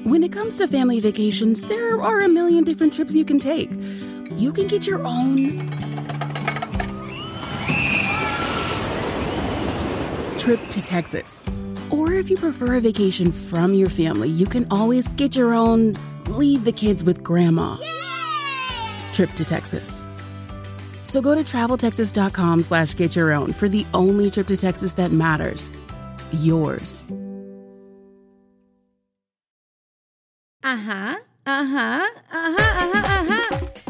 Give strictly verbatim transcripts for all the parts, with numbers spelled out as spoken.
When it comes to family vacations, there are a million different trips you can take. You can get your own trip to Texas. Or if you prefer a vacation from your family, you can always get your own leave the kids with grandma trip to Texas. So go to traveltexas.com slash get your own for the only trip to Texas that matters. Yours. Ajá, ajá, ajá, ajá, ajá.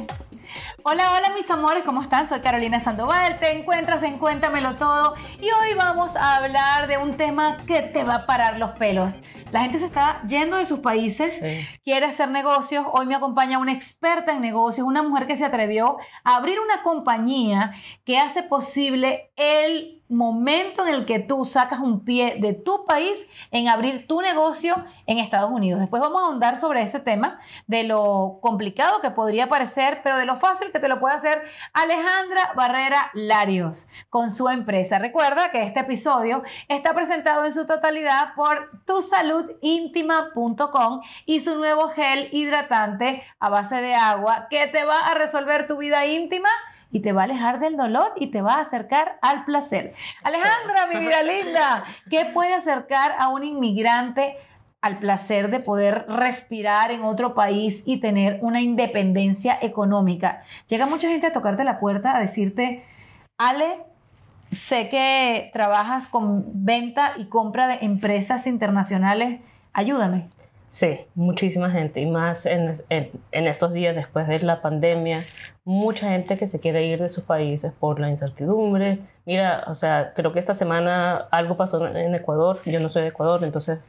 Hola, hola mis amores, ¿cómo están? Soy Carolina Sandoval, te encuentras en Cuéntamelo Todo y hoy vamos a hablar de un tema que te va a parar los pelos. La gente se está yendo de sus países, sí. Quiere hacer negocios. Hoy me acompaña una experta en negocios, una mujer que se atrevió a abrir una compañía que hace posible el momento en el que tú sacas un pie de tu país en abrir tu negocio en Estados Unidos. Después vamos a ahondar sobre este tema, de lo complicado que podría parecer, pero de lo fácil que te lo puede hacer Alejandra Barrera Larios con su empresa. Recuerda que este episodio está presentado en su totalidad por tu salud íntima punto com y su nuevo gel hidratante a base de agua que te va a resolver tu vida íntima y te va a alejar del dolor y te va a acercar al placer. Alejandra, mi vida linda, ¿qué puede acercar a un inmigrante al placer de poder respirar en otro país y tener una independencia económica? Llega mucha gente a tocarte la puerta a decirte, Ale, sé que trabajas con venta y compra de empresas internacionales, ayúdame. Sí, muchísima gente, y más en, en, en estos días después de la pandemia, mucha gente que se quiere ir de sus países por la incertidumbre. Mira, o sea, creo que esta semana algo pasó en, en Ecuador, yo no soy de Ecuador, entonces...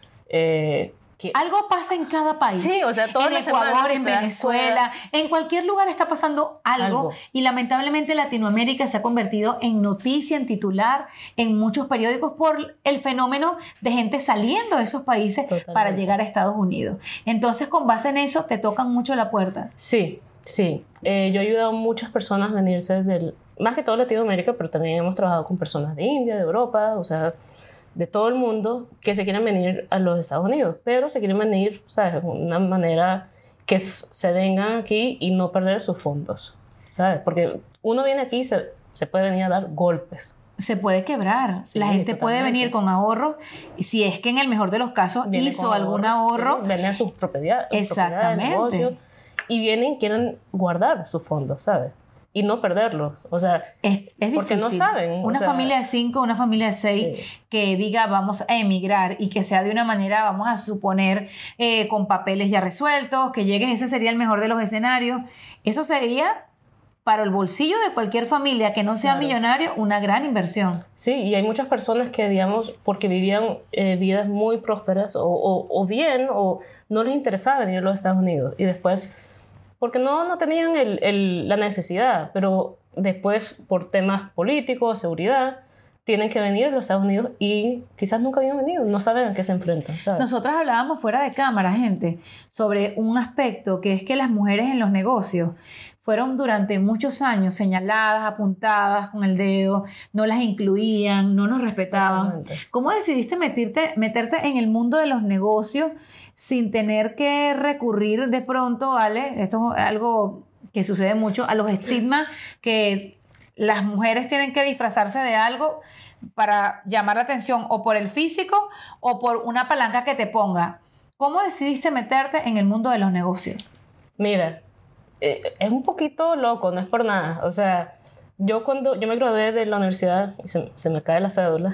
Eh, que, algo pasa en cada país. Sí, o sea, todas en las Ecuador, semanas, en Venezuela, en cualquier lugar está pasando algo, algo y lamentablemente Latinoamérica se ha convertido en noticia, en titular, en muchos periódicos por el fenómeno de gente saliendo de esos países. Totalmente. Para llegar a Estados Unidos. Entonces, con base en eso, te tocan mucho la puerta. Sí, sí. Eh, yo he ayudado a muchas personas a venirse del, más que todo Latinoamérica, pero también hemos trabajado con personas de India, de Europa, o sea, de todo el mundo que se quieren venir a los Estados Unidos, pero se quieren venir, ¿sabes? De una manera que se vengan aquí y no perder sus fondos, ¿sabes? Porque uno viene aquí y se, se puede venir a dar golpes. Se puede quebrar. Sí, la gente totalmente. Puede venir con ahorros, si es que en el mejor de los casos viene hizo algún ahorro. Sí, vienen a sus propiedades, exactamente. Propiedades, negocios, y vienen y quieren guardar sus fondos, ¿sabes? Y no perderlos, o sea, es, es porque difícil. No saben. Una o sea, familia de cinco, una familia de seis, sí. Que diga vamos a emigrar y que sea de una manera, vamos a suponer, eh, con papeles ya resueltos, que lleguen, ese sería el mejor de los escenarios. Eso sería, para el bolsillo de cualquier familia que no sea claro. millonario, una gran inversión. Sí, y hay muchas personas que, digamos, porque vivían eh, vidas muy prósperas o, o, o bien, o no les interesaba venir a los Estados Unidos, y después... porque no, no tenían el, el, la necesidad, pero después por temas políticos, seguridad, tienen que venir a los Estados Unidos y quizás nunca habían venido, no saben a qué se enfrentan, ¿sabes? Nosotras hablábamos fuera de cámara, gente, sobre un aspecto que es que las mujeres en los negocios fueron durante muchos años señaladas, apuntadas con el dedo, no las incluían, no nos respetaban. Realmente. ¿Cómo decidiste meterte, meterte en el mundo de los negocios sin tener que recurrir de pronto, Ale? Esto es algo que sucede mucho, a los estigmas que las mujeres tienen que disfrazarse de algo para llamar la atención o por el físico o por una palanca que te ponga. ¿Cómo decidiste meterte en el mundo de los negocios? Mira, eh, es un poquito loco, no es por nada. O sea, yo cuando yo me gradué de la universidad, y se, se me cae la cédula,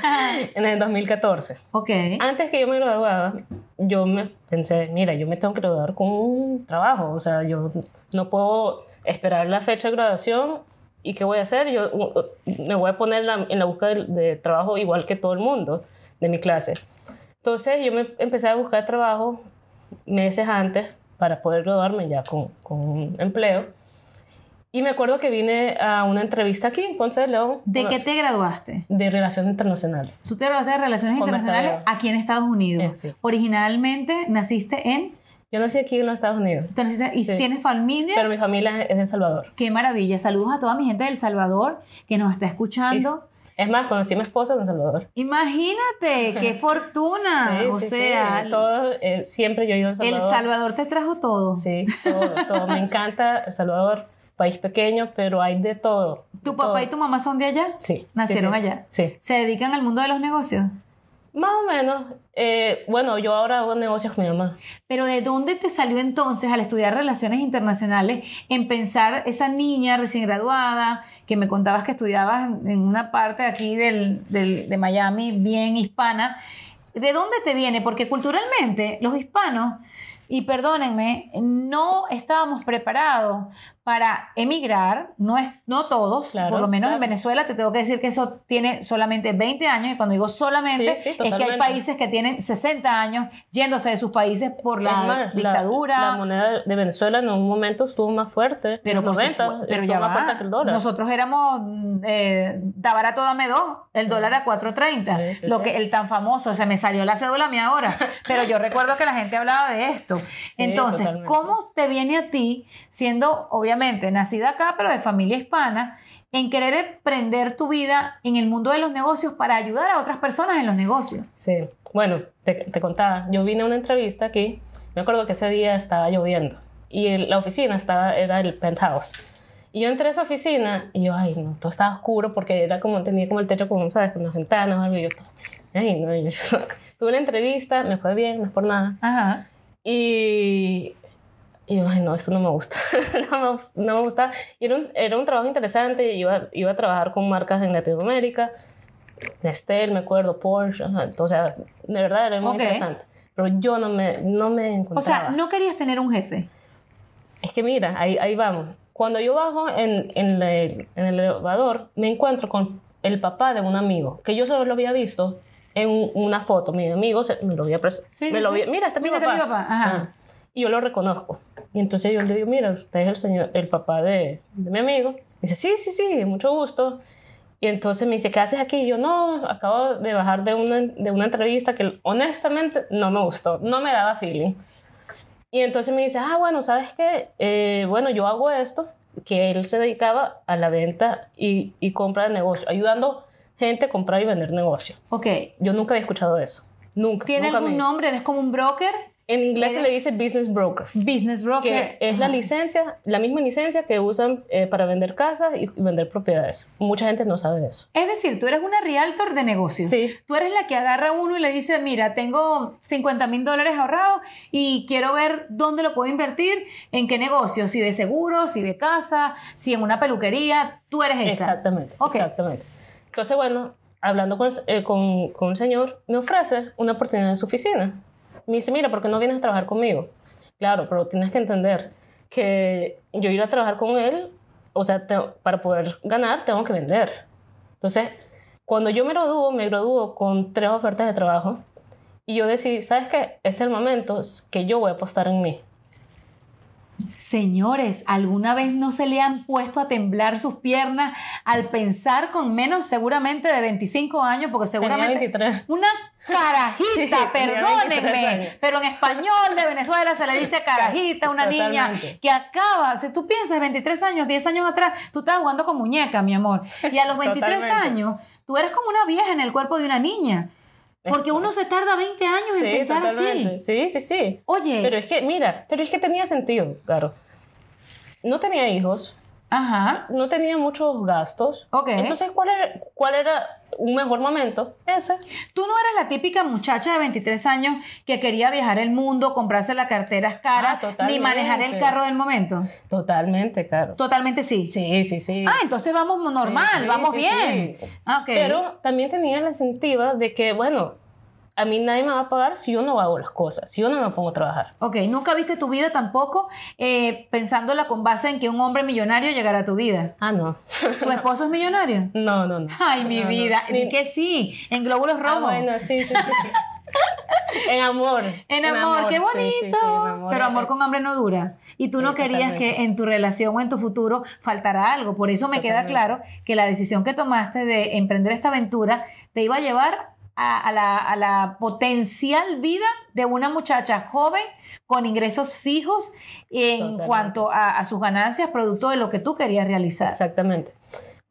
en el dos mil catorce. Okay. Antes que yo me graduara, yo me pensé, mira, yo me tengo que graduar con un trabajo. O sea, yo no puedo esperar la fecha de graduación. ¿Y qué voy a hacer? Yo me voy a poner la, en la búsqueda de, de trabajo igual que todo el mundo de mi clase. Entonces yo me empecé a buscar trabajo meses antes para poder graduarme ya con, con un empleo. Y me acuerdo que vine a una entrevista aquí en Ponce de León. ¿De una, qué te graduaste? De Relaciones Internacionales. ¿Tú te graduaste de Relaciones con Internacionales mercadeo. Aquí en Estados Unidos? Eh, sí. Originalmente naciste en... Yo nací aquí en los Estados Unidos. Entonces, ¿y sí. tienes familias? Pero mi familia es de El Salvador. Qué maravilla. Saludos a toda mi gente de El Salvador que nos está escuchando. Es más, conocí a mi esposa en El Salvador. Imagínate, qué fortuna. Sí, o sí, sea, sí. Todo, eh, siempre yo he ido a El Salvador. El Salvador te trajo todo. Sí, todo, todo. Me encanta El Salvador, país pequeño, pero hay de todo. ¿Tu de papá todo. y tu mamá son de allá? Sí. ¿Nacieron sí, sí. allá? Sí. ¿Se dedican al mundo de los negocios? Más o menos. Eh, bueno, yo ahora hago negocios con mi mamá. Pero ¿de dónde te salió entonces al estudiar Relaciones Internacionales en pensar esa niña recién graduada, que me contabas que estudiabas en una parte aquí del, del, de Miami bien hispana? ¿De dónde te viene? Porque culturalmente los hispanos, y perdónenme, no estábamos preparados para emigrar, no, es, no todos, claro, por lo menos claro. en Venezuela te tengo que decir que eso tiene solamente veinte años, y cuando digo solamente, sí, sí, es que hay países que tienen sesenta años yéndose de sus países por la más, dictadura. La, la moneda de Venezuela en un momento estuvo más fuerte, pero en los noventa, pero estuvo ya más va. fuerte que el dólar. Nosotros éramos, eh, da barato, dame dos, el dólar a cuatro treinta, sí, sí, lo sí. que el tan famoso, se me salió la cédula a mí ahora, pero yo recuerdo que la gente hablaba de esto. Sí, entonces, totalmente. ¿cómo te viene a ti, siendo obviamente nacida acá, pero de familia hispana, en querer emprender tu vida en el mundo de los negocios para ayudar a otras personas en los negocios? Sí, bueno, te, te contaba, yo vine a una entrevista aquí, me acuerdo que ese día estaba lloviendo y el, la oficina estaba, era el penthouse. Y yo entré a esa oficina y yo, ay, no, todo estaba oscuro porque era como, tenía como el techo con, ¿sabes? Con las ventanas o algo. Y yo, ay, no, yo, tuve una entrevista, me fue bien, no es por nada. Ajá. Y, y yo, ay, no, esto no me gusta. no, me, no me gusta. Y era un, era un trabajo interesante, iba, iba a trabajar con marcas en Latinoamérica, Nestlé, me acuerdo, Porsche, ajá. O sea, de verdad era muy okay. interesante. Pero yo no me, no me encontraba. O sea, no querías tener un jefe. Es que mira, ahí, ahí vamos. Cuando yo bajo en, en, el, en el elevador, me encuentro con el papá de un amigo, que yo solo lo había visto en un, una foto. Mi amigo se, me lo había preso. Sí, me sí, lo sí. había, mira, este es mi Mira, papá. este es mi papá. Ajá. Ah, y yo lo reconozco. Y entonces yo le digo, mira, usted es el, señor, el papá de, de mi amigo. Me dice, sí, sí, sí, mucho gusto. Y entonces me dice, ¿qué haces aquí? Y yo, no, acabo de bajar de una, de una entrevista que honestamente no me gustó, no me daba feeling. Y entonces me dice, ah, bueno, ¿sabes qué? Eh, bueno, yo hago esto, que él se dedicaba a la venta y, y compra de negocio, ayudando gente a comprar y vender negocio. Ok. Yo nunca había escuchado eso, nunca. ¿Tiene nunca algún me... nombre? ¿Eres como un broker? En inglés se ¿Eres? le dice business broker. Business broker. Que es la Ajá. licencia, la misma licencia que usan eh, para vender casas y vender propiedades. Mucha gente no sabe eso. Es decir, tú eres una realtor de negocios. Sí. Tú eres la que agarra a uno y le dice, mira, tengo cincuenta mil dólares ahorrados y quiero ver dónde lo puedo invertir, en qué negocio, si de seguros, si de casa, si en una peluquería. Tú eres esa. Exactamente, Okay. exactamente. Entonces, bueno, hablando con, eh, con, con un señor, me ofrece una oportunidad en su oficina. Me dice, mira, ¿por qué no vienes a trabajar conmigo? Claro, pero tienes que entender que yo ir a trabajar con él, o sea, te, para poder ganar, tengo que vender. Entonces, cuando yo me gradúo, me gradúo con tres ofertas de trabajo y yo decidí, ¿sabes qué? Este es el momento que yo voy a apostar en mí. Señores, ¿alguna vez no se le han puesto a temblar sus piernas al pensar con menos seguramente de veinticinco años? Porque seguramente... Tenía veintitrés. Una carajita, Sí, tenía veintitrés perdónenme, años. pero en español de Venezuela se le dice carajita a una niña Totalmente. que acaba, si tú piensas veintitrés años, diez años atrás, tú estabas jugando con muñeca, mi amor, y a los veintitrés Totalmente. años, tú eres como una vieja en el cuerpo de una niña, porque uno se tarda veinte años en Sí, pensar totalmente. así. Sí, sí, sí. Oye. Pero es que, mira, pero es que tenía sentido, claro. No tenía hijos, Ajá. no tenía muchos gastos. Ok. Entonces, ¿cuál era, cuál era un mejor momento? Ese. Tú no eres la típica muchacha de veintitrés años que quería viajar el mundo, comprarse las carteras caras, Ah, totalmente. ni manejar el carro del momento. Totalmente, claro. Totalmente sí. Sí, sí, sí. Ah, entonces vamos normal, Sí, sí, vamos sí, bien. sí. Ah, ok. Pero también tenía la incentiva de que, bueno, a mí nadie me va a pagar si yo no hago las cosas, si yo no me pongo a trabajar. Ok, nunca viste tu vida tampoco eh, pensándola con base en que un hombre millonario llegara a tu vida. Ah, no. ¿Tu esposo es millonario? No, no, no. Ay, mi No, no. vida. Ni- Di que sí, en glóbulos Ah, rojos. bueno, sí, sí, sí. En amor. En amor, qué sí, bonito. sí, sí, en amor. Pero amor con hambre no dura. Y tú Sí, no querías totalmente. que en tu relación o en tu futuro faltara algo. Por eso me queda Totalmente. claro que la decisión que tomaste de emprender esta aventura te iba a llevar a, a la, a la potencial vida de una muchacha joven con ingresos fijos en Totalmente. cuanto a, a sus ganancias producto de lo que tú querías realizar. Exactamente.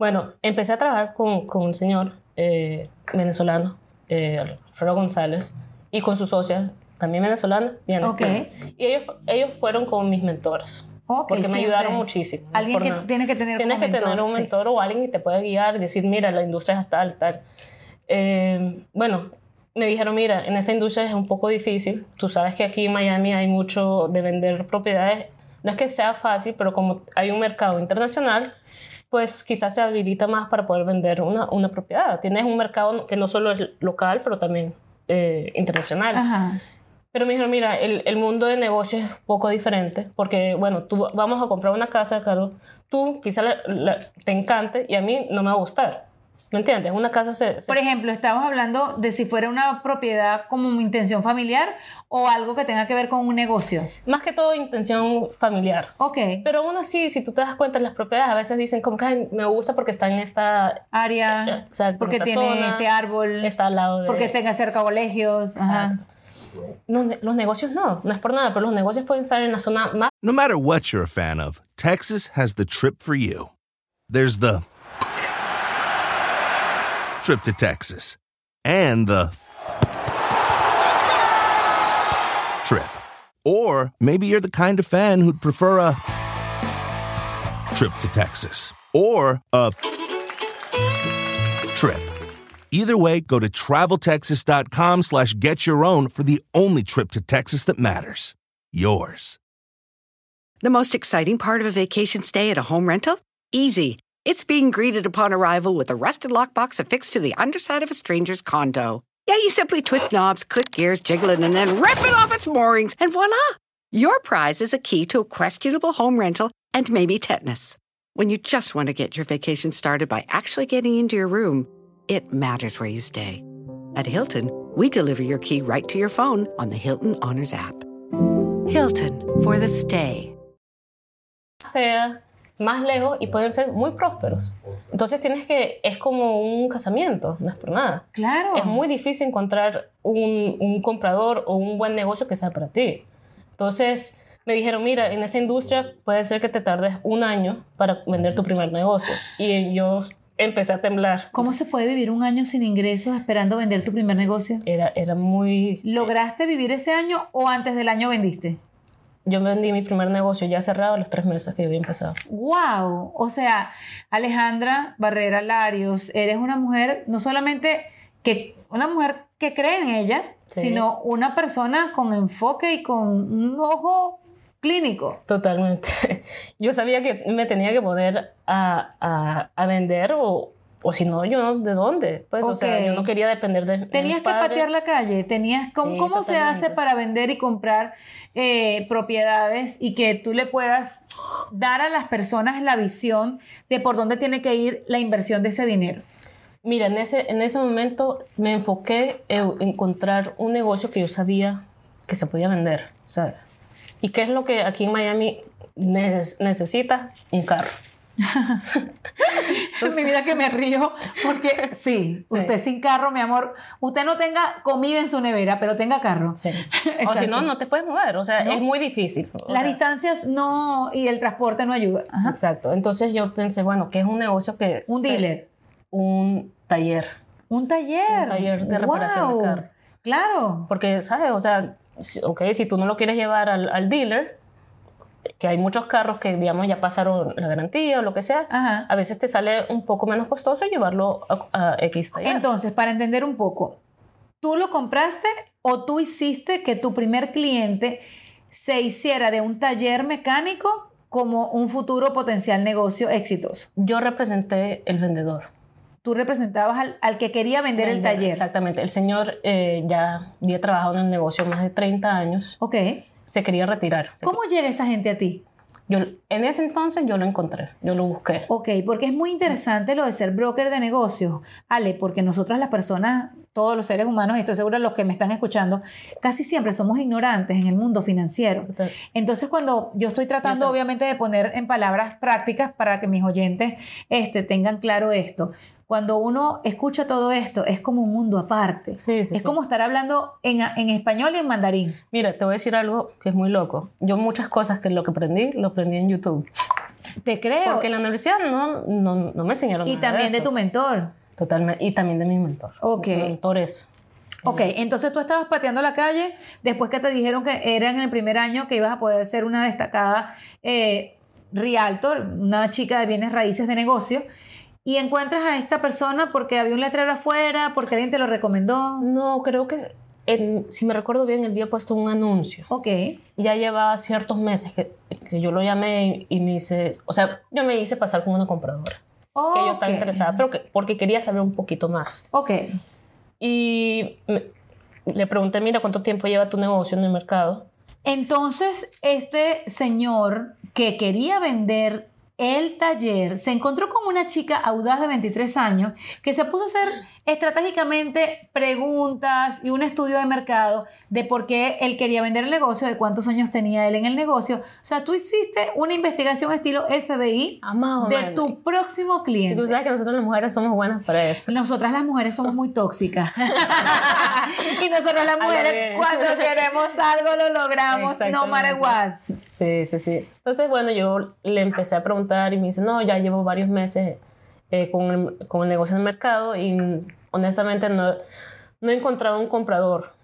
Bueno, empecé a trabajar con, con un señor eh, venezolano, eh, Alfredo González, y con su socia, también venezolana, Diana. Okay. Y ellos, ellos fueron como mis mentores. Okay, porque me siempre. ayudaron muchísimo. Alguien que nada. tiene que tener Tienes que mentor, tener un mentor sí. o alguien que te pueda guiar y decir, mira, la industria es tal, tal. Eh, bueno, me dijeron, mira, en esta industria es un poco difícil. Tú sabes que aquí en Miami hay mucho de vender propiedades. No es que sea fácil, pero como hay un mercado internacional, pues quizás se habilita más para poder vender una, una propiedad. Tienes un mercado que no solo es local, pero también eh, internacional. Ajá. Pero me dijeron, mira, el, el mundo de negocios es un poco diferente, porque, bueno, tú vamos a comprar una casa, claro, tú quizás la, la, te encante y a mí no me va a gustar. ¿Me entiendes? Una casa se, se... Por ejemplo, estamos hablando de si fuera una propiedad como una intención familiar o algo que tenga que ver con un negocio. Más que todo intención familiar. Ok. Pero aún así, si tú te das cuenta, las propiedades a veces dicen como que me gusta porque está en esta... área, exacto, porque esta tiene zona, este árbol. Está al lado de... Porque tenga cerca colegios. Ajá. No, los negocios no, no es por nada, pero los negocios pueden estar en la zona más... No matter what you're a fan of, Texas has the trip for you. There's the trip to Texas and the trip. Or maybe you're the kind of fan who'd prefer a trip to Texas or a trip. Either way, go to traveltexas.com slash get your own for the only trip to Texas that matters. Yours. The most exciting part of a vacation stay at a home rental? Easy. It's being greeted upon arrival with a rusted lockbox affixed to the underside of a stranger's condo. Yeah, you simply twist knobs, click gears, jiggle it, and then rip it off its moorings, and voila! Your prize is a key to a questionable home rental and maybe tetanus. When you just want to get your vacation started by actually getting into your room, it matters where you stay. At Hilton, we deliver your key right to your phone on the Hilton Honors app. Hilton, for the stay. Fea, más lejos y pueden ser muy prósperos. Entonces tienes que, es como un casamiento, no es por nada. Claro. Es muy difícil encontrar un, un comprador o un buen negocio que sea para ti. Entonces me dijeron, mira, en esta industria puede ser que te tardes un año para vender tu primer negocio. Y yo empecé a temblar. ¿Cómo se puede vivir un año sin ingresos esperando vender tu primer negocio? Era, era muy... ¿Lograste vivir ese año o antes del año vendiste? Yo vendí mi primer negocio ya cerrado a los tres meses que yo había empezado. ¡Wow! O sea, Alejandra Barrera Larios, eres una mujer, no solamente que una mujer que cree en ella, sí, sino una persona con enfoque y con un ojo clínico. Totalmente. Yo sabía que me tenía que poner a, a, a vender o... O si no, yo no, ¿de dónde? Pues, okay. O sea, yo no quería depender de, de Tenías mis que padres. patear la calle. Tenías, ¿Cómo, sí, ¿cómo se hace para vender y comprar eh, propiedades y que tú le puedas dar a las personas la visión de por dónde tiene que ir la inversión de ese dinero? Mira, en ese, en ese momento me enfoqué en encontrar un negocio que yo sabía que se podía vender. O sea, ¿y qué es lo que aquí en Miami ne- necesitas? Un carro. Entonces, mi vida que me río porque sí, usted sí. Sin carro, mi amor, usted no tenga comida en su nevera, pero tenga carro. Sí. O si no, no te puedes mover, o sea, ¿no? Es muy difícil. Las sea. distancias no y el transporte no ayuda. Ajá. Exacto, entonces yo pensé, bueno, ¿qué es un negocio que... Un se, dealer. Un taller. Un taller. Un taller de reparación wow. de carro. Claro. Porque, ¿sabes? O sea, ok, si tú no lo quieres llevar al, al dealer... que hay muchos carros que, digamos, ya pasaron la garantía o lo que sea, ajá, a veces te sale un poco menos costoso llevarlo a, a X taller. Entonces, para entender un poco, ¿tú lo compraste o tú hiciste que tu primer cliente se hiciera de un taller mecánico como un futuro potencial negocio exitoso? Yo representé el vendedor. Tú representabas al, al que quería vender, vender el taller. Exactamente. El señor eh, ya había trabajado en el negocio más de treinta años. Ok. Se quería retirar. ¿Cómo quería... llega esa gente a ti? Yo, en ese entonces yo lo encontré, yo lo busqué. Ok, porque es muy interesante lo de ser broker de negocios, Ale, porque nosotras las personas, todos los seres humanos, y estoy segura los que me están escuchando, casi siempre somos ignorantes en el mundo financiero. Total. Entonces, cuando yo estoy tratando, obviamente, de poner en palabras prácticas para que mis oyentes este, tengan claro esto, cuando uno escucha todo esto, es como un mundo aparte. Sí, sí, es sí. como estar hablando en, en español y en mandarín. Mira, te voy a decir algo que es muy loco. Yo muchas cosas que lo que aprendí, lo aprendí en YouTube. Te creo. Porque en la universidad no, no, no me enseñaron y nada también de, de tu mentor. Totalmente. Y también de mi mentor. Ok. Mi mentor es... Ok, entonces tú estabas pateando la calle después que te dijeron que era en el primer año que ibas a poder ser una destacada eh, realtor, una chica de bienes raíces de negocio, y encuentras a esta persona porque había un letrero afuera, porque alguien te lo recomendó. No, creo que, en, si me recuerdo bien, él había puesto un anuncio. Ok. Ya llevaba ciertos meses que, que yo lo llamé y, y me hice, o sea, yo me hice pasar como una compradora. Okay. Que yo estaba interesada, pero que, porque quería saber un poquito más. Ok. Y me, le pregunté, mira, ¿cuánto tiempo lleva tu negocio en el mercado? Entonces, este señor que quería vender el taller se encontró con una chica audaz de veintitrés años que se puso a hacer estratégicamente preguntas y un estudio de mercado de por qué él quería vender el negocio, de cuántos años tenía él en el negocio. O sea, tú hiciste una investigación estilo F B I ah, de tu próximo cliente. Y tú sabes que nosotros las mujeres somos buenas para eso. Nosotras las mujeres somos muy tóxicas. Y nosotras las mujeres cuando queremos algo lo logramos, no matter what. Sí, sí, sí. Entonces, bueno, yo le empecé a preguntar y me dice, no, ya llevo varios meses eh, con, el, con el negocio en el mercado y honestamente no, no he encontrado un comprador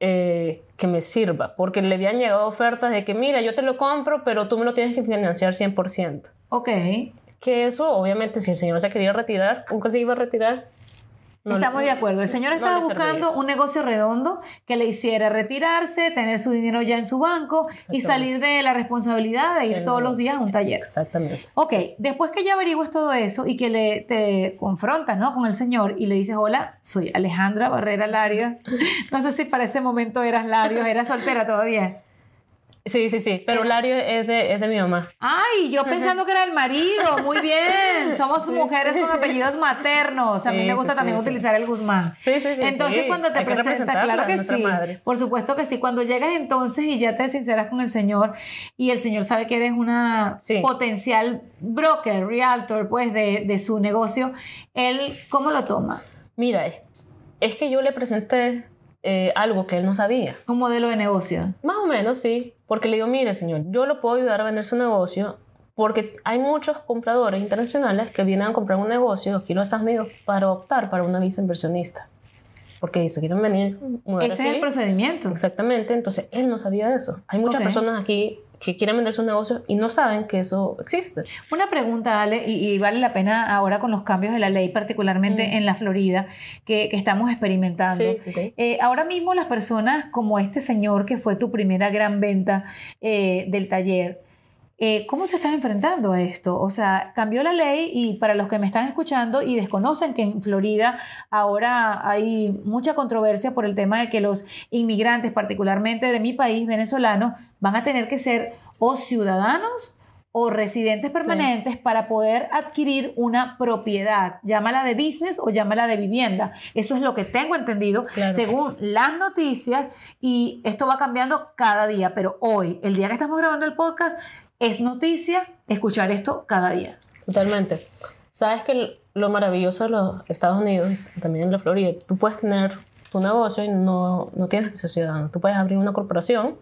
eh, que me sirva, porque le habían llegado ofertas de que, mira, yo te lo compro, pero tú me lo tienes que financiar cien por ciento. Ok. Que eso, obviamente, si el señor se quería retirar, nunca se iba a retirar. No, Estamos de acuerdo. El señor estaba no buscando un negocio redondo que le hiciera retirarse, tener su dinero ya en su banco y salir de la responsabilidad de ir el todos negocio. Los días a un taller. Exactamente. Ok, sí. Después que ya averiguas todo eso y que le, te confrontas, ¿no?, con el señor y le dices, hola, soy Alejandra Barrera Larios. No sé si para ese momento eras Larios, eras soltera todavía. Sí, sí, sí, pero Lario es de, es de mi mamá. Ay, yo pensando que era el marido, muy bien. Somos sí, mujeres sí. con apellidos maternos. A sí, mí me gusta sí, también sí, utilizar sí. el Guzmán. Sí, sí, sí. Entonces, sí. cuando te Hay presenta, claro que sí. Madre. Por supuesto que sí. Cuando llegas entonces y ya te sinceras con el señor y el señor sabe que eres una sí. potencial broker, realtor, pues, de, de su negocio, ¿él cómo lo toma? Mira, es que yo le presenté Eh, algo que él no sabía. ¿Un modelo de negocio? Más o menos, sí. Porque le digo, mire, señor, yo lo puedo ayudar a vender su negocio porque hay muchos compradores internacionales que vienen a comprar un negocio aquí en los Estados Unidos para optar para una visa inversionista. Porque se quieren venir. Ese aquí. Es el procedimiento. Exactamente. Entonces, él no sabía eso. Hay muchas okay. personas aquí que quieren vender su negocio y no saben que eso existe. Una pregunta, Ale, y, y vale la pena ahora con los cambios de la ley, particularmente mm. en la Florida, que, que estamos experimentando. Sí, sí, sí. Eh, ahora mismo las personas como este señor, que fue tu primera gran venta eh, del taller, Eh, ¿cómo se están enfrentando a esto? O sea, cambió la ley y para los que me están escuchando y desconocen que en Florida ahora hay mucha controversia por el tema de que los inmigrantes, particularmente de mi país, venezolanos, van a tener que ser o ciudadanos o residentes permanentes sí. para poder adquirir una propiedad, llámala de business o llámala de vivienda. Eso es lo que tengo entendido claro. según las noticias y esto va cambiando cada día, pero hoy, el día que estamos grabando el podcast, es noticia escuchar esto cada día. Totalmente. Sabes que lo maravilloso de los Estados Unidos, también en la Florida, tú puedes tener tu negocio y no, no tienes que ser ciudadano. Tú puedes abrir una corporación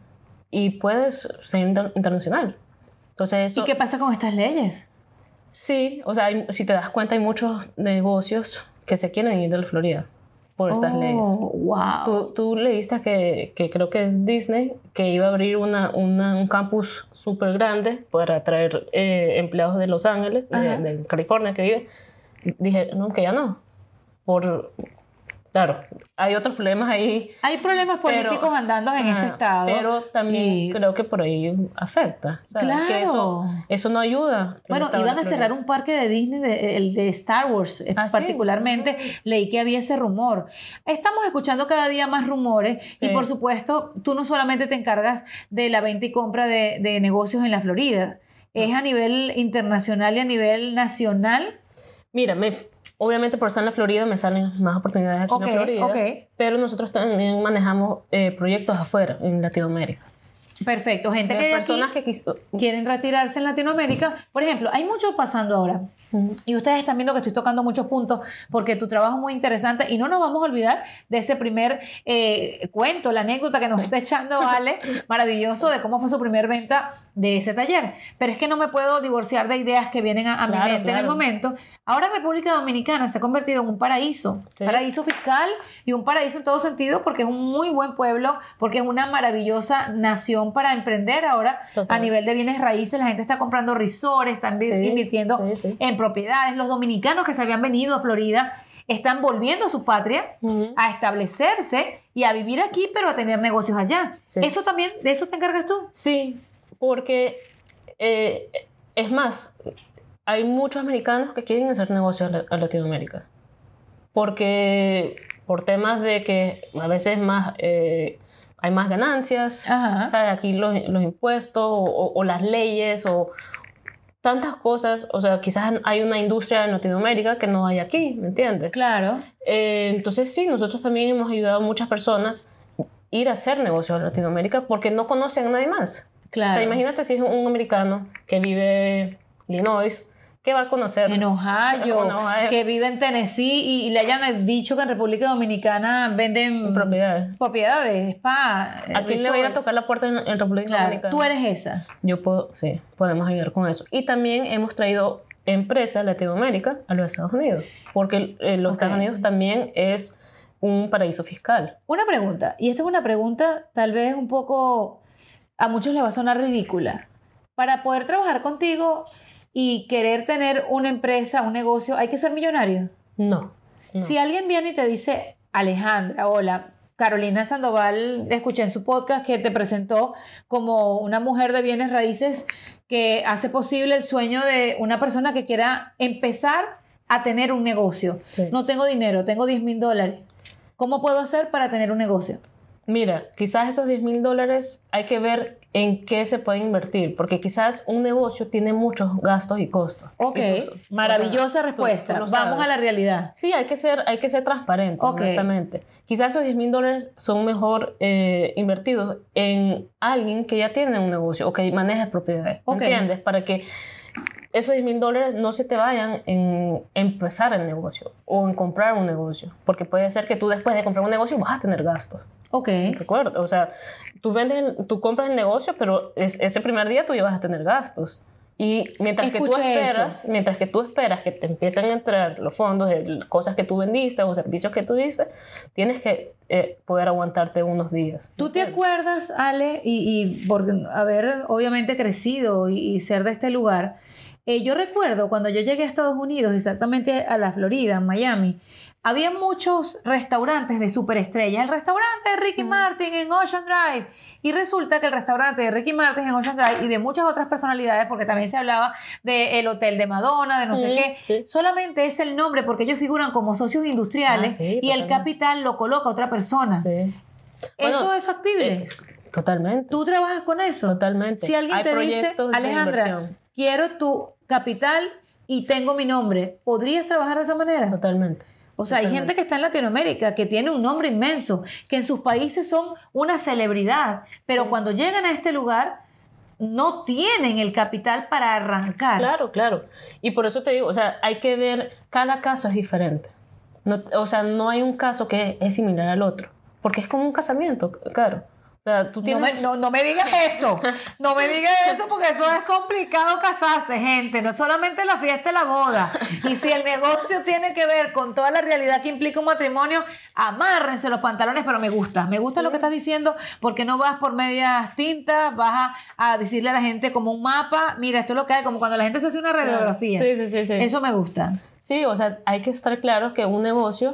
y puedes ser inter- internacional. Entonces eso, ¿y qué pasa con estas leyes? Sí, o sea, hay, si te das cuenta, hay muchos negocios que se quieren ir de la Florida por estas oh, leyes. Wow. Tú, tú leíste que, que creo que es Disney, que iba a abrir una, una, un campus súper grande para atraer eh, empleados de Los Ángeles, de, de California, que vive. Dije, no, que ya no. Por... Claro, hay otros problemas ahí. Hay problemas políticos pero, andando en ah, este estado. Pero también y... creo que por ahí afecta. ¿Sabes? Claro. Que eso, eso no ayuda. Bueno, iban a cerrar un parque de Disney, de, el de Star Wars ¿Ah, particularmente. Sí? Leí que había ese rumor. Estamos escuchando cada día más rumores sí. y por supuesto, tú no solamente te encargas de la venta y compra de, de negocios en la Florida. No. Es a nivel internacional y a nivel nacional. Mira, me... Obviamente por estar en la Florida me salen más oportunidades aquí okay, en la Florida, okay. pero nosotros también manejamos eh, proyectos afuera, en Latinoamérica. Perfecto, gente de que, personas aquí que quis... quieren retirarse en Latinoamérica. Por ejemplo, hay mucho pasando ahora. Uh-huh. Y ustedes están viendo que estoy tocando muchos puntos porque tu trabajo es muy interesante y no nos vamos a olvidar de ese primer eh, cuento, la anécdota que nos está echando Ale, maravilloso, de cómo fue su primer venta de ese taller. Pero es que no me puedo divorciar de ideas que vienen a, a claro, mi mente claro. en el momento. Ahora República Dominicana se ha convertido en un paraíso, sí. paraíso fiscal y un paraíso en todo sentido porque es un muy buen pueblo, porque es una maravillosa nación para emprender ahora. Total. A nivel de bienes raíces. La gente está comprando resorts, están sí, invirtiendo sí, sí. en propiedades. Los dominicanos que se habían venido a Florida están volviendo a su patria uh-huh. a establecerse y a vivir aquí, pero a tener negocios allá. Sí. ¿Eso también, de eso te encargas tú? Sí, porque eh, es más, hay muchos americanos que quieren hacer negocios a Latinoamérica. Porque por temas de que a veces más... Eh, hay más ganancias, ¿sabes? Aquí los, los impuestos o, o, o las leyes o tantas cosas, o sea, quizás hay una industria en Latinoamérica que no hay aquí, ¿me entiendes? Claro. Eh, entonces sí, nosotros también hemos ayudado a muchas personas a ir a hacer negocios en Latinoamérica porque no conocen a nadie más. Claro. O sea, imagínate si es un americano que vive en Illinois, ¿qué va a conocer? En Ohio, en Ohio, que vive en Tennessee y, y le hayan dicho que en República Dominicana venden propiedades. Propiedades, spa. ¿A quién le va a ir a tocar la puerta en, en República claro, Dominicana? Tú eres esa. Yo puedo, sí, podemos ayudar con eso. Y también hemos traído empresas de Latinoamérica a los Estados Unidos, porque eh, los okay. Estados Unidos también es un paraíso fiscal. Una pregunta, y esta es una pregunta tal vez un poco, a muchos les va a sonar ridícula. Para poder trabajar contigo y querer tener una empresa, un negocio, ¿hay que ser millonario? No, no. Si alguien viene y te dice, Alejandra, hola, Carolina Sandoval, escuché en su podcast que te presentó como una mujer de bienes raíces que hace posible el sueño de una persona que quiera empezar a tener un negocio. Sí. No tengo dinero, tengo diez mil dólares. ¿Cómo puedo hacer para tener un negocio? Mira, quizás esos diez mil dólares hay que ver en qué se puede invertir, porque quizás un negocio tiene muchos gastos y costos. Ok, incluso. Maravillosa o sea, respuesta. Tú, tú Vamos a la realidad. Sí, hay que ser, hay que ser transparente, okay. honestamente. Quizás esos diez mil dólares son mejor eh, invertidos en alguien que ya tiene un negocio o que maneja propiedades, okay. ¿entiendes? Para que esos diez mil dólares no se te vayan en empezar el negocio o en comprar un negocio, porque puede ser que tú después de comprar un negocio vas a tener gastos. Ok. Recuerda, o sea, tú vendes, tú compras el negocio, pero es, ese primer día tú ya vas a tener gastos. Y mientras Escuché que tú esperas, eso. mientras que tú esperas que te empiecen a entrar los fondos de cosas que tú vendiste o servicios que tú diste, tienes que eh, poder aguantarte unos días. ¿Tú te acuerdas, Ale, y, y por haber obviamente crecido y, y ser de este lugar? Eh, yo recuerdo cuando yo llegué a Estados Unidos, exactamente a la Florida, en Miami, había muchos restaurantes de superestrellas. El restaurante de Ricky Martin en Ocean Drive. Y resulta que el restaurante de Ricky Martin en Ocean Drive y de muchas otras personalidades, porque también se hablaba del hotel de Madonna, de no sí, sé qué, sí. solamente es el nombre porque ellos figuran como socios industriales ah, sí, y totalmente. El capital lo coloca otra persona. Sí. ¿Eso bueno, es factible? Eh, totalmente. ¿Tú trabajas con eso? Totalmente. Si alguien Hay te dice, Alejandra, quiero tu capital y tengo mi nombre, ¿podrías trabajar de esa manera? Totalmente. O sea, Totalmente. Hay gente que está en Latinoamérica que tiene un nombre inmenso, que en sus países son una celebridad, pero sí. cuando llegan a este lugar no tienen el capital para arrancar. Claro, claro. Y por eso te digo, o sea, hay que ver, cada caso es diferente. No, o sea, no hay un caso que es similar al otro, porque es como un casamiento, claro. O sea, tú tienes... no, me, no, no me digas eso, no me digas eso porque eso es complicado casarse, gente, no es solamente la fiesta y la boda. Y si el negocio tiene que ver con toda la realidad que implica un matrimonio, amárrense los pantalones, pero me gusta, me gusta sí. lo que estás diciendo porque no vas por medias tintas, vas a, a decirle a la gente como un mapa, mira, esto es lo que hay, como cuando la gente se hace una radiografía. Sí, sí, sí, sí. Eso me gusta. Sí, o sea, hay que estar claro que un negocio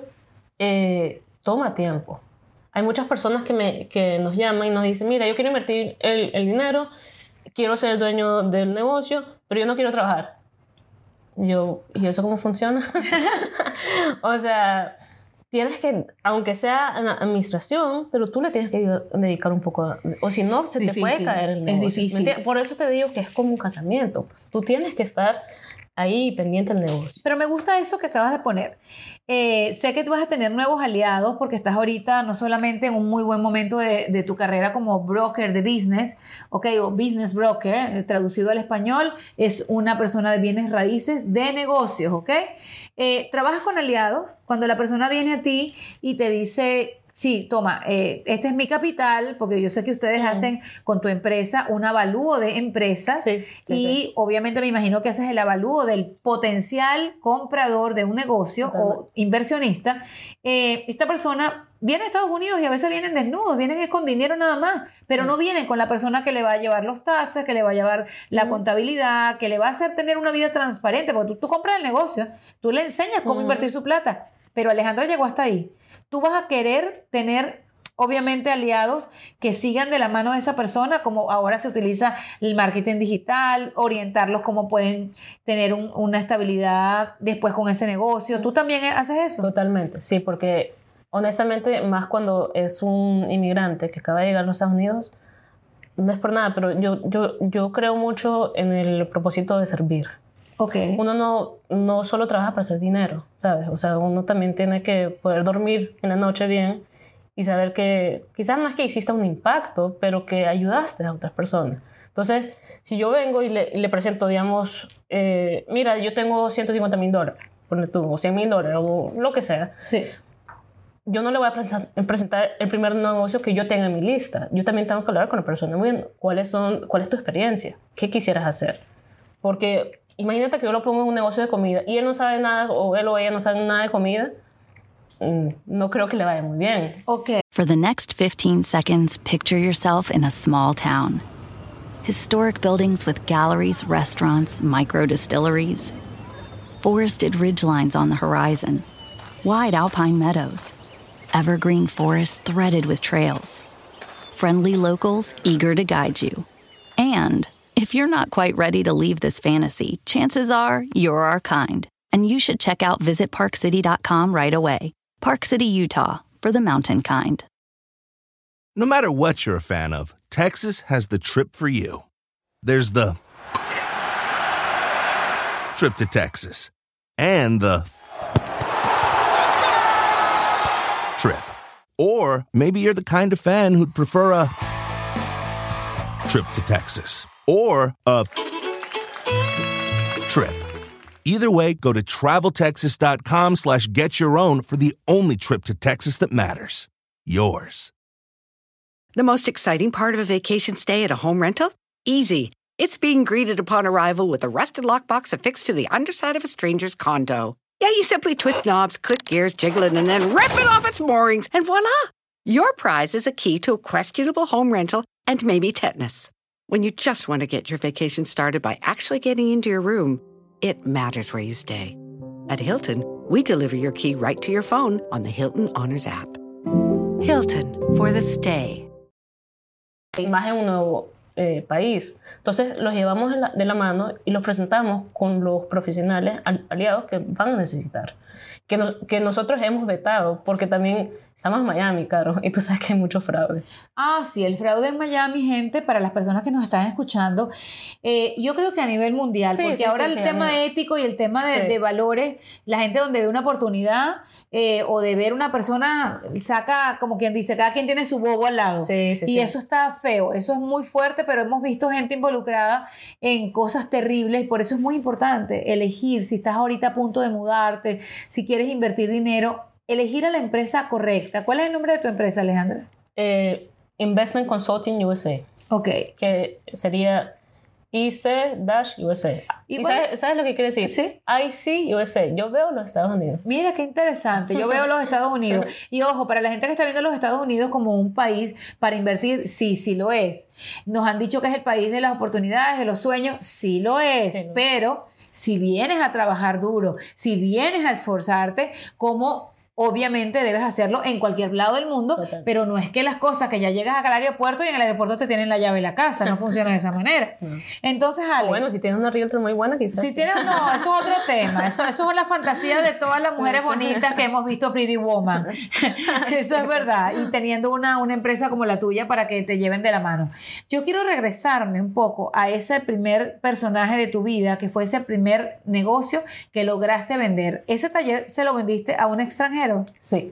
eh, toma tiempo. Hay muchas personas que, me, que nos llaman y nos dicen, mira, yo quiero invertir el, el dinero, quiero ser el dueño del negocio, pero yo no quiero trabajar. Y yo, ¿y eso cómo funciona? O sea, tienes que, aunque sea en administración, pero tú le tienes que dedicar un poco, a, o si no, se difícil, te puede caer el negocio. Es difícil. Por eso te digo que es como un casamiento. Tú tienes que estar ahí pendiente el negocio. Pero me gusta eso que acabas de poner. Eh, sé que vas a tener nuevos aliados porque estás ahorita no solamente en un muy buen momento de, de tu carrera como broker de business, ok, o business broker, eh, traducido al español, es una persona de bienes raíces de negocios, ok. Eh, trabajas con aliados cuando la persona viene a ti y te dice... Sí, toma, eh, este es mi capital, porque yo sé que ustedes mm. hacen con tu empresa un avalúo de empresas sí, sí, y sí. obviamente me imagino que haces el avalúo del potencial comprador de un negocio Totalmente. o inversionista. Eh, esta persona viene a Estados Unidos y a veces vienen desnudos, vienen con dinero nada más, pero sí. no vienen con la persona que le va a llevar los taxes, que le va a llevar la mm. contabilidad, que le va a hacer tener una vida transparente, porque tú, tú compras el negocio, tú le enseñas cómo mm. invertir su plata, pero Alejandra llegó hasta ahí. Tú vas a querer tener, obviamente, aliados que sigan de la mano de esa persona, como ahora se utiliza el marketing digital, orientarlos cómo pueden tener un, una estabilidad después con ese negocio. ¿Tú también haces eso? Totalmente, sí, porque honestamente, más cuando es un inmigrante que acaba de llegar a los Estados Unidos, no es por nada, pero yo, yo, yo creo mucho en el propósito de servir. Okay. Uno no, no solo trabaja para hacer dinero, ¿sabes? O sea, uno también tiene que poder dormir en la noche bien y saber que quizás no es que hiciste un impacto, pero que ayudaste a otras personas. Entonces, si yo vengo y le, y le presento, digamos, eh, mira, yo tengo ciento cincuenta mil dólares, ponle tú, o cien mil dólares, o lo que sea. Sí. Yo no le voy a presentar, presentar el primer negocio que yo tenga en mi lista. Yo también tengo que hablar con la persona. Muy bien, ¿cuáles son, ¿cuál es tu experiencia? ¿Qué quisieras hacer? Porque... imagínate que yo lo pongo en un negocio de comida y él no sabe nada, o él o ella no sabe nada de comida, no creo que le vaya muy bien. Okay. For the next fifteen seconds, picture yourself in a small town. Historic buildings with galleries, restaurants, micro-distilleries. Forested ridgelines on the horizon. Wide alpine meadows. Evergreen forests threaded with trails. Friendly locals eager to guide you. And... if you're not quite ready to leave this fantasy, chances are you're our kind. And you should check out visit park city dot com right away. Park City, Utah, for the mountain kind. No matter what you're a fan of, Texas has the trip for you. There's the trip to Texas and the trip. Or maybe you're the kind of fan who'd prefer a trip to Texas. Or a trip. Either way, go to travel texas dot com slash get your own for the only trip to Texas that matters. Yours. The most exciting part of a vacation stay at a home rental? Easy. It's being greeted upon arrival with a rusted lockbox affixed to the underside of a stranger's condo. Yeah, you simply twist knobs, click gears, jiggle it, and then rip it off its moorings, and voila! Your prize is a key to a questionable home rental and maybe tetanus. When you just want to get your vacation started by actually getting into your room, it matters where you stay. At Hilton, we deliver your key right to your phone on the Hilton Honors app. Hilton, for the stay. Más en un nuevo eh, país. Entonces los llevamos de la, de la mano y los presentamos con los profesionales aliados que van a necesitar. Que, nos, que nosotros hemos vetado, porque también estamos en Miami, Caro, y tú sabes que hay mucho fraude. Ah, sí, el fraude en Miami, gente, para las personas que nos están escuchando, eh, yo creo que a nivel mundial, sí, porque sí, ahora sí, el sí, tema ético y el tema de, sí. de valores, la gente donde ve una oportunidad eh, o de ver una persona, saca, como quien dice, cada quien tiene su bobo al lado. Sí, sí, y sí. eso está feo, eso es muy fuerte, pero hemos visto gente involucrada en cosas terribles, por eso es muy importante elegir, si estás ahorita a punto de mudarte, si quieres invertir dinero, elegir a la empresa correcta. ¿Cuál es el nombre de tu empresa, Alejandra? Eh, Investment Consulting U S A. Ok. Que sería I C-U S A. ¿Y, ¿Y bueno, sabes, sabes lo que quiere decir? Sí. I C U S A. Yo veo los Estados Unidos. Mira, qué interesante. Yo veo los Estados Unidos. Y ojo, para la gente que está viendo los Estados Unidos como un país para invertir, sí, sí lo es. Nos han dicho que es el país de las oportunidades, de los sueños. Sí lo es. Sí, pero... si vienes a trabajar duro, si vienes a esforzarte, como obviamente debes hacerlo en cualquier lado del mundo, Total. pero no es que las cosas que ya llegas al aeropuerto y en el aeropuerto te tienen la llave de la casa, no funciona de esa manera. No. Entonces, Ale, Bueno, si tienes una realtor muy buena, quizás. si sí. tienes, no, eso es otro tema, eso, eso es la fantasía de todas las mujeres bonitas que hemos visto Pretty Woman, eso es verdad, y teniendo una, una empresa como la tuya para que te lleven de la mano. Yo quiero regresarme un poco a ese primer personaje de tu vida, que fue ese primer negocio que lograste vender. ¿Ese taller se lo vendiste a un extranjero? Sí.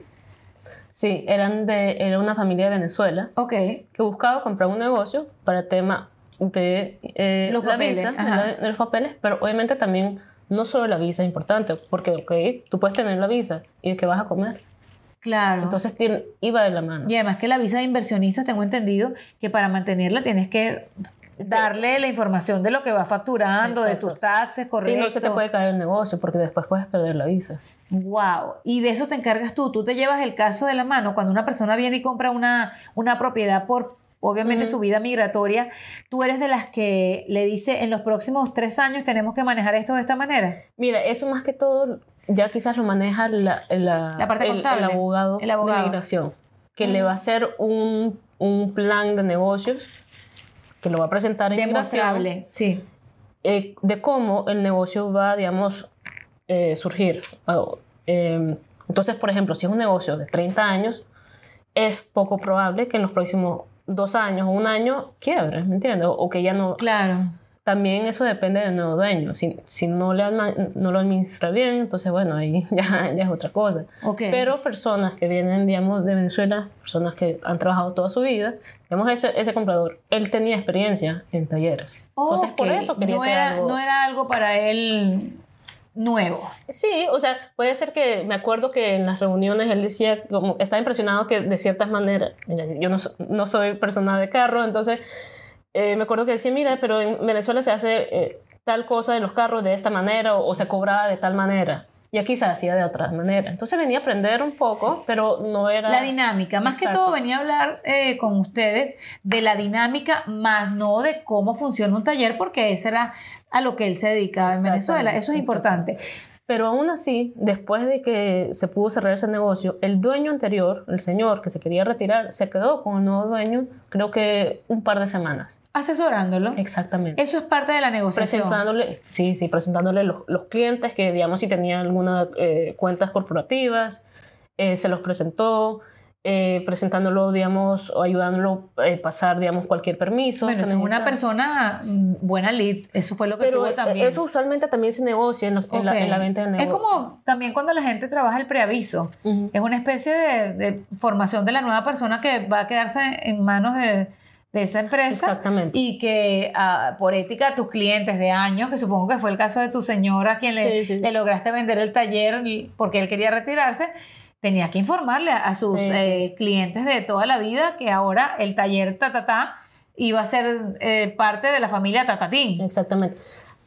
Sí, eran de, era una familia de Venezuela Ok. que buscaba comprar un negocio para el tema de eh, Los la papeles, visa, de, ajá. la- de los papeles, pero obviamente también no solo la visa es importante, porque ok, tú puedes tener la visa y de qué vas a comer. Claro. Entonces tiene- iba de la mano. Y además que la visa de inversionistas, tengo entendido que para mantenerla tienes que darle la información de lo que vas facturando, Exacto. de tus taxes, correcto. Sí, no se te puede caer el negocio porque después puedes perder la visa. Wow. Y de eso te encargas tú. Tú te llevas el caso de la mano cuando una persona viene y compra una, una propiedad por, obviamente, Ujú. su vida migratoria. Tú eres de las que le dice en los próximos tres años tenemos que manejar esto de esta manera. Mira, eso más que todo ya quizás lo maneja la, la, La parte el, contable, el abogado, el abogado. de migración, que Mm. le va a hacer un, un plan de negocios que lo va a presentar en migración, Demostrable. Sí. eh, de cómo el negocio va, digamos, eh, surgir. O, eh, entonces, por ejemplo, si es un negocio de treinta años, es poco probable que en los próximos dos años o un año quiebre, ¿me entiendes? O, o que ya no... Claro. También eso depende del nuevo dueño. Si, si no, le adma- no lo administra bien, entonces, bueno, ahí ya, ya es otra cosa. Ok. Pero personas que vienen, digamos, de Venezuela, personas que han trabajado toda su vida, digamos, ese, ese comprador, él tenía experiencia en talleres. Entonces, por Ok. eso quería no hacer era, algo. no era algo para él nuevo. Sí, o sea, puede ser que, me acuerdo que en las reuniones él decía, como, estaba impresionado que de ciertas maneras, mira, yo no, so- no soy persona de carro, entonces eh, me acuerdo que decía, mira, pero en Venezuela se hace eh, tal cosa de los carros de esta manera o, o se cobraba de tal manera. Y aquí se hacía de otra manera. Entonces venía a aprender un poco, pero no era... La dinámica. Más Exacto. que todo venía a hablar eh, con ustedes de la dinámica, más no de cómo funciona un taller, porque ese era a lo que él se dedicaba en Venezuela. Eso es importante. Pero aún así, después de que se pudo cerrar ese negocio, el dueño anterior, el señor que se quería retirar, se quedó con el nuevo dueño, creo que un par de semanas. Asesorándolo. Exactamente. Eso es parte de la negociación. Presentándole, sí, sí, presentándole los, los clientes que, digamos, si tenían algunas eh, cuentas corporativas, eh, se los presentó, eh, presentándolo, digamos, o ayudándolo a eh, pasar, digamos, cualquier permiso. Bueno, que es una necesitaba. persona mm, buena lead. Eso fue lo que Pero tuvo eh, también. eso usualmente también se negocia en, lo- en la, Ok. en la venta de Es negocio. como también cuando la gente trabaja el preaviso. Ujú. Es una especie de, de formación de la nueva persona que va a quedarse en manos de, de esa empresa. Exactamente. Y que ah, por ética tus clientes de años, que supongo que fue el caso de tu señora a quien le, Sí, sí. le lograste vender el taller y- porque él quería retirarse, tenía que informarle a, a sus Sí, sí. eh, clientes de toda la vida que ahora el taller ta ta ta iba a ser eh, parte de la familia Tatatín. Exactamente.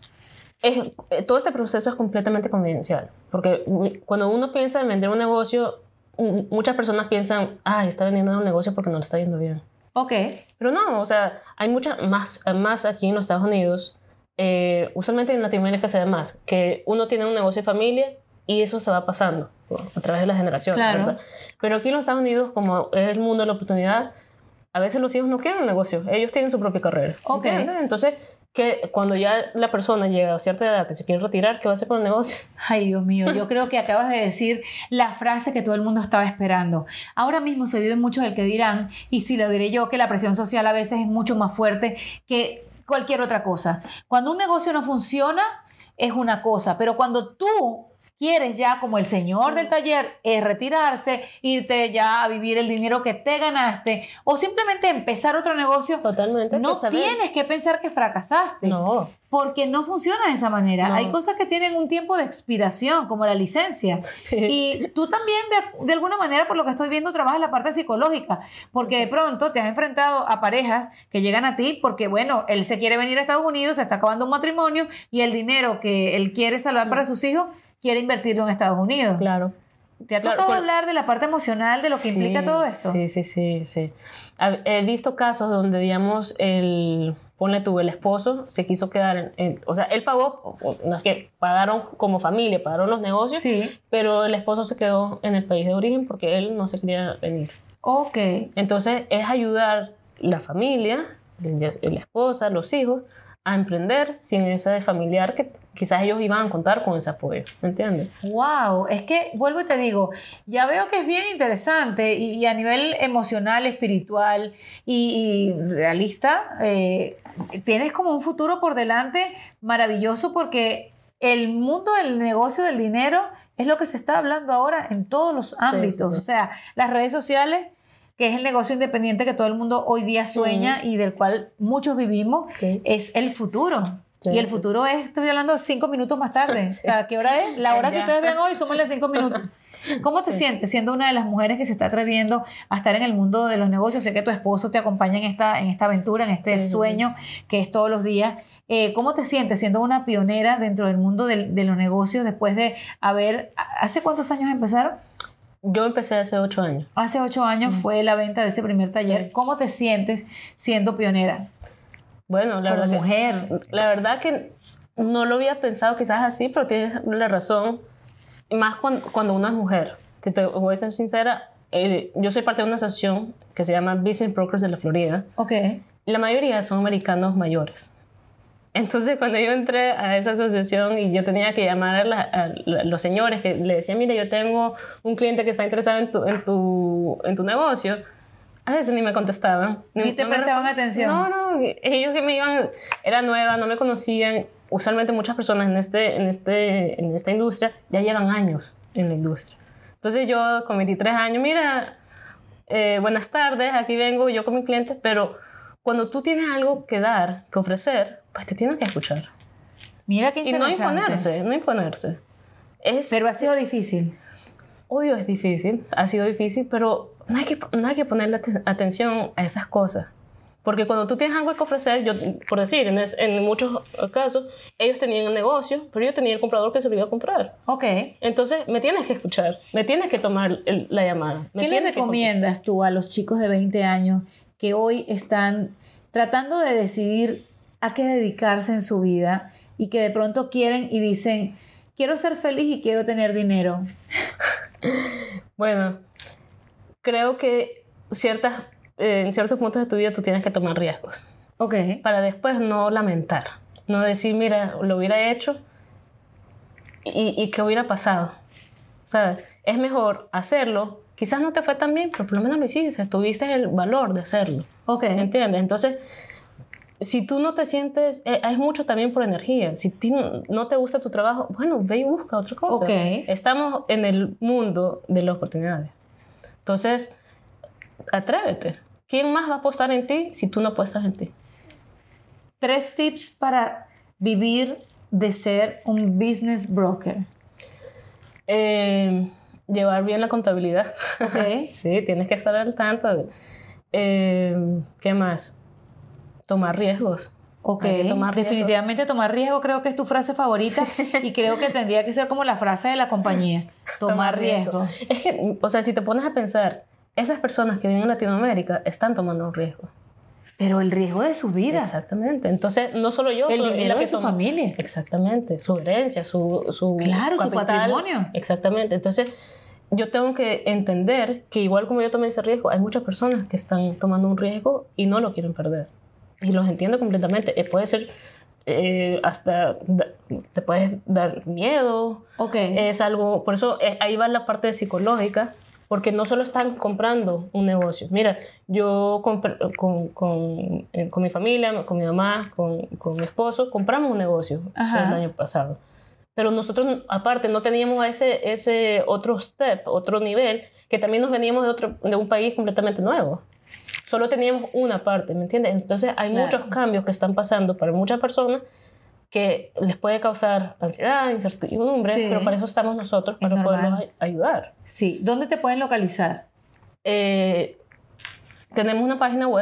Es- eh, todo este proceso es completamente confidencial, porque mm, cuando uno piensa en vender un negocio, mm, muchas personas piensan, ah, está vendiendo un negocio porque no le está yendo bien. Ok. Pero no, o sea, hay muchas más, más aquí en los Estados Unidos, eh, usualmente en Latinoamérica se ve más, que uno tiene un negocio de familia y eso se va pasando ¿no? a través de las generaciones. Claro. ¿verdad? Pero aquí en los Estados Unidos, como es el mundo de la oportunidad, a veces los hijos no quieren un negocio, ellos tienen su propia carrera. Ok. ¿entiendes? Entonces, que cuando ya la persona llega a cierta edad que se quiere retirar, ¿qué va a hacer con el negocio? Ay, Dios mío, yo creo que acabas de decir la frase que todo el mundo estaba esperando. Ahora mismo se vive mucho del que dirán, y sí lo diré yo, que la presión social a veces es mucho más fuerte que cualquier otra cosa. Cuando un negocio no funciona, es una cosa, pero cuando tú quieres ya, como el señor del taller, es retirarse, irte ya a vivir el dinero que te ganaste, o simplemente empezar otro negocio, Totalmente. no pues, saber- tienes que pensar que fracasaste. No. Porque no funciona de esa manera. No. Hay cosas que tienen un tiempo de expiración, como la licencia. Sí. Y tú también, de, de alguna manera, por lo que estoy viendo, trabajas en la parte psicológica. Porque de pronto te has enfrentado a parejas que llegan a ti porque, bueno, él se quiere venir a Estados Unidos, se está acabando un matrimonio y el dinero que él quiere salvar para sus hijos, quiere invertirlo en Estados Unidos. Claro. ¿Te ha Claro, tocado por- hablar de la parte emocional, de lo que Sí, implica todo esto? Sí, sí, sí, sí. Ha- He visto casos donde, digamos, el, ponle tú, el esposo se quiso quedar, en, en, o sea, él pagó, no es que pagaron como familia, pagaron los negocios, Sí. pero el esposo se quedó en el país de origen porque él no se quería venir. Ok. Entonces es ayudar la familia, la esposa, los hijos, a emprender sin ese familiar que quizás ellos iban a contar con ese apoyo, ¿me entiendes? Wow, es que vuelvo y te digo, ya veo que es bien interesante y, y a nivel emocional, espiritual y, y realista, eh, tienes como un futuro por delante maravilloso porque el mundo del negocio del dinero es lo que se está hablando ahora en todos los ámbitos, sí, sí, sí. O sea, las redes sociales, que es el negocio independiente que todo el mundo hoy día sueña sí. y del cual muchos vivimos, sí. es el futuro. Sí, y el futuro sí. es, estoy hablando cinco minutos más tarde. Sí. O sea, ¿qué hora es? La hora ya. que ustedes ven hoy, súmenle cinco minutos. ¿Cómo te sí. sientes siendo una de las mujeres que se está atreviendo a estar en el mundo de los negocios? Sé que tu esposo te acompaña en esta, en esta aventura, en este sí, sueño sí. que es todos los días. Eh, ¿Cómo te sientes siendo una pionera dentro del mundo de, de los negocios después de haber... ¿Hace cuántos años empezaron? Yo empecé hace ocho años. Hace ocho años mm. fue la venta de ese primer taller. Sí. ¿Cómo te sientes siendo pionera? Bueno, la Como verdad mujer. Que, la verdad que no lo había pensado quizás así, pero tienes la razón. Más cuando, cuando uno es mujer. Si te voy a ser sincera, eh, yo soy parte de una asociación que se llama Business Brokers de la Florida. Ok. La mayoría son americanos mayores. Entonces, cuando yo entré a esa asociación y yo tenía que llamar a, la, a los señores que le decían, mira, yo tengo un cliente que está interesado en tu, en tu, en tu negocio, a veces ni me contestaban. Ni, ¿Ni te no prestaban me, atención? No, no, ellos que me iban, era nueva, no me conocían. Usualmente muchas personas en, este, en, este, en esta industria ya llevan años en la industria. Entonces yo con veintitrés años, mira, eh, buenas tardes, aquí vengo yo con mi cliente, pero cuando tú tienes algo que dar, que ofrecer, pues te tienes que escuchar. Mira qué interesante. Y no imponerse, no imponerse. Es, pero ha sido difícil. Obvio es difícil, ha sido difícil, pero no hay que, no hay que ponerle atención a esas cosas. Porque cuando tú tienes algo que ofrecer, yo, por decir, en, es, en muchos casos, ellos tenían el negocio, pero yo tenía el comprador que se lo iba a comprar. Ok. Entonces, me tienes que escuchar, me tienes que tomar el, la llamada. Me ¿Qué le recomiendas tú a los chicos de veinte años que hoy están tratando de decidir a qué dedicarse en su vida y que de pronto quieren y dicen, quiero ser feliz y quiero tener dinero? Bueno, creo que ciertas, eh, en ciertos puntos de tu vida tú tienes que tomar riesgos. Ok. Para después no lamentar, no decir, mira, lo hubiera hecho y, y qué hubiera pasado. ¿Sabes? Es mejor hacerlo. Quizás no te fue tan bien, pero por lo menos lo hiciste, tuviste el valor de hacerlo. Ok. ¿Entiendes? Entonces, si tú no te sientes, eh, es mucho también por energía. Si ti no te gusta tu trabajo, bueno, ve y busca otra cosa. Okay. Estamos en el mundo de las oportunidades. Entonces, atrévete. ¿Quién más va a apostar en ti si tú no apuestas en ti? Tres tips para vivir de ser un business broker. Eh, llevar bien la contabilidad. Okay. Sí, tienes que estar al tanto. Eh, ¿Qué más? Tomar riesgos. Ok, tomar definitivamente riesgos. Tomar riesgo creo que es tu frase favorita sí. Y creo que tendría que ser como la frase de la compañía. Tomar, tomar riesgo. riesgo. Es que, o sea, si te pones a pensar, esas personas que viven en Latinoamérica están tomando un riesgo. Pero el riesgo de su vida. Exactamente. Entonces, no solo yo. El soy dinero la de que su toma, familia. Exactamente. Su herencia, su, su Claro, capital, su patrimonio. Exactamente. Entonces, yo tengo que entender que igual como yo tomé ese riesgo, hay muchas personas que están tomando un riesgo y no lo quieren perder. Y los entiendo completamente. Eh, puede ser eh, hasta... Te puedes dar miedo. Ok. Es algo... Por eso eh, ahí va la parte psicológica. Porque no solo están comprando un negocio. Mira, yo con, con, con, eh, con mi familia, con mi mamá, con, con mi esposo, compramos un negocio Ajá. el año pasado. Pero nosotros, aparte, no teníamos ese, ese otro step, otro nivel, que también nos veníamos de, otro, de un país completamente nuevo. Solo teníamos una parte, ¿me entiendes? Entonces hay claro. muchos cambios que están pasando para muchas personas que les puede causar ansiedad, incertidumbre, sí. pero para eso estamos nosotros, para poderlos ayudar. Sí. ¿Dónde te pueden localizar? Eh, tenemos una página web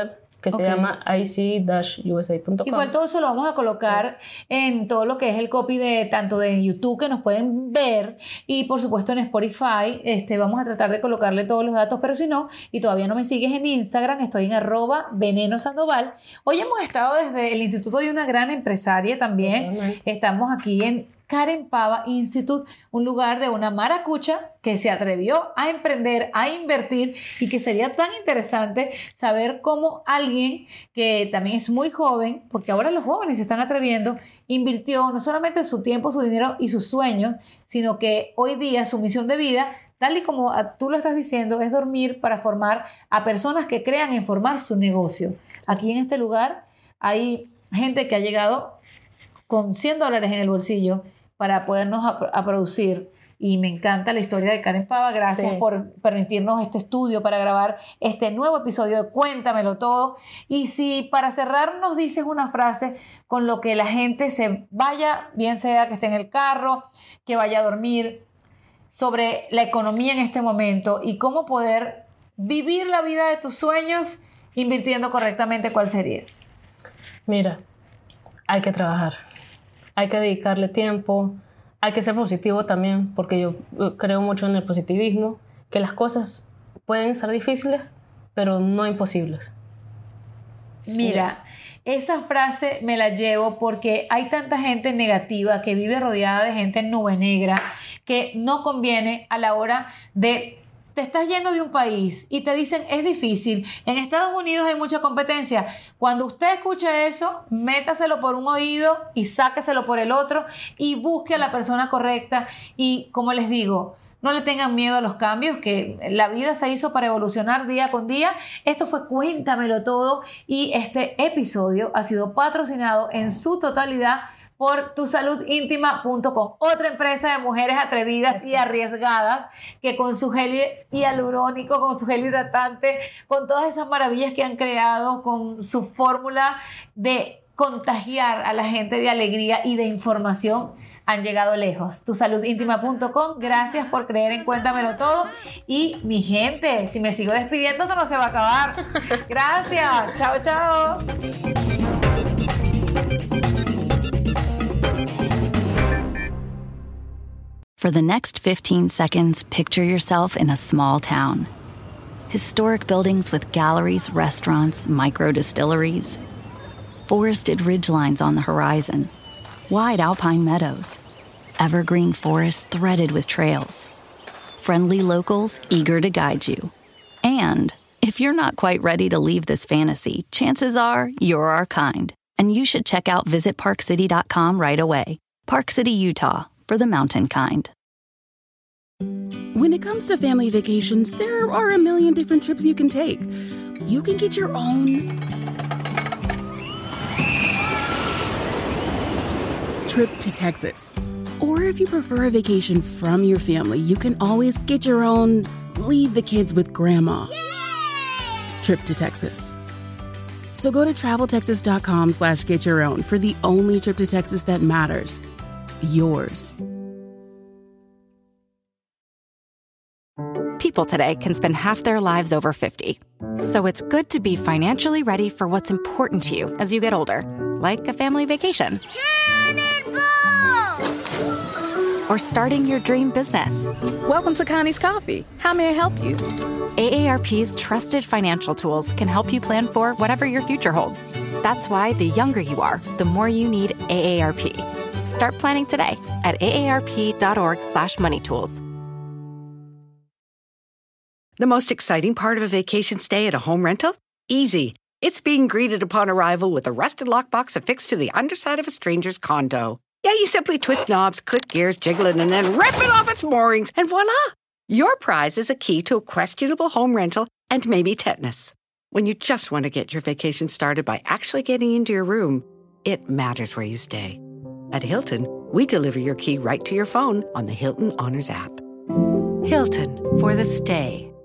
que Okay. se llama i c dash u s a punto com. Igual todo eso lo vamos a colocar en todo lo que es el copy de tanto de YouTube que nos pueden ver y por supuesto en Spotify. Este, vamos a tratar de colocarle todos los datos, pero si no, y todavía no me sigues en Instagram, estoy en arroba veneno sandoval. Hoy hemos estado desde el Instituto de una gran empresaria también. Totalmente. Estamos aquí en Karen Pava Institute, un lugar de una maracucha que se atrevió a emprender, a invertir y que sería tan interesante saber cómo alguien que también es muy joven, porque ahora los jóvenes se están atreviendo, invirtió no solamente su tiempo, su dinero y sus sueños, sino que hoy día su misión de vida, tal y como tú lo estás diciendo, es dormir para formar a personas que crean en formar su negocio. Aquí en este lugar hay gente que ha llegado con cien dólares en el bolsillo para podernos a, a producir. Y me encanta la historia de Karen Pava. Gracias Sí. por permitirnos este estudio para grabar este nuevo episodio de Cuéntamelo Todo. Y si para cerrar nos dices una frase con lo que la gente se vaya, bien sea que esté en el carro, que vaya a dormir, sobre la economía en este momento y cómo poder vivir la vida de tus sueños invirtiendo correctamente, ¿cuál sería? Mira, hay que trabajar, hay que dedicarle tiempo, hay que ser positivo también, porque yo creo mucho en el positivismo, que las cosas pueden ser difíciles, pero no imposibles. Mira, esa frase me la llevo porque hay tanta gente negativa que vive rodeada de gente en nube negra que no conviene a la hora de... Te estás yendo de un país y te dicen es difícil. En Estados Unidos hay mucha competencia. Cuando usted escuche eso, métaselo por un oído y sáqueselo por el otro y busque a la persona correcta. Y como les digo, no le tengan miedo a los cambios, que la vida se hizo para evolucionar día con día. Esto fue Cuéntamelo Todo y este episodio ha sido patrocinado en su totalidad por tu salud íntima punto com, otra empresa de mujeres atrevidas Eso. y arriesgadas que con su gel hialurónico, con su gel hidratante, con todas esas maravillas que han creado, con su fórmula de contagiar a la gente de alegría y de información, han llegado lejos. tu salud íntima punto com, gracias por creer en Cuéntamelo Todo. Y mi gente, si me sigo despidiendo, esto no se va a acabar. Gracias. Chao, chao. For the next fifteen seconds, picture yourself in a small town. Historic buildings with galleries, restaurants, micro distilleries. Forested ridgelines on the horizon. Wide alpine meadows. Evergreen forests threaded with trails. Friendly locals eager to guide you. And if you're not quite ready to leave this fantasy, chances are you're our kind. And you should check out visit park city dot com right away. Park City, Utah, for the mountain kind. When it comes to family vacations, there are a million different trips you can take. You can get your own trip to Texas. Or if you prefer a vacation from your family, you can always get your own leave the kids with grandma trip to Texas. So go to travel texas dot com slash get your own for the only trip to Texas that matters. Yours. People today can spend half their lives over fifty. So it's good to be financially ready for what's important to you as you get older, like a family vacation. Cannonball! Or starting your dream business. Welcome to Connie's Coffee. How may I help you? A A R P's trusted financial tools can help you plan for whatever your future holds. That's why the younger you are, the more you need A A R P. Start planning today at A A R P dot org slash money tools. The most exciting part of a vacation stay at a home rental? Easy. It's being greeted upon arrival with a rusted lockbox affixed to the underside of a stranger's condo. Yeah, you simply twist knobs, click gears, jiggle it, and then rip it off its moorings, and voila! Your prize is a key to a questionable home rental and maybe tetanus. When you just want to get your vacation started by actually getting into your room, it matters where you stay. At Hilton, we deliver your key right to your phone on the Hilton Honors app. Hilton for the stay.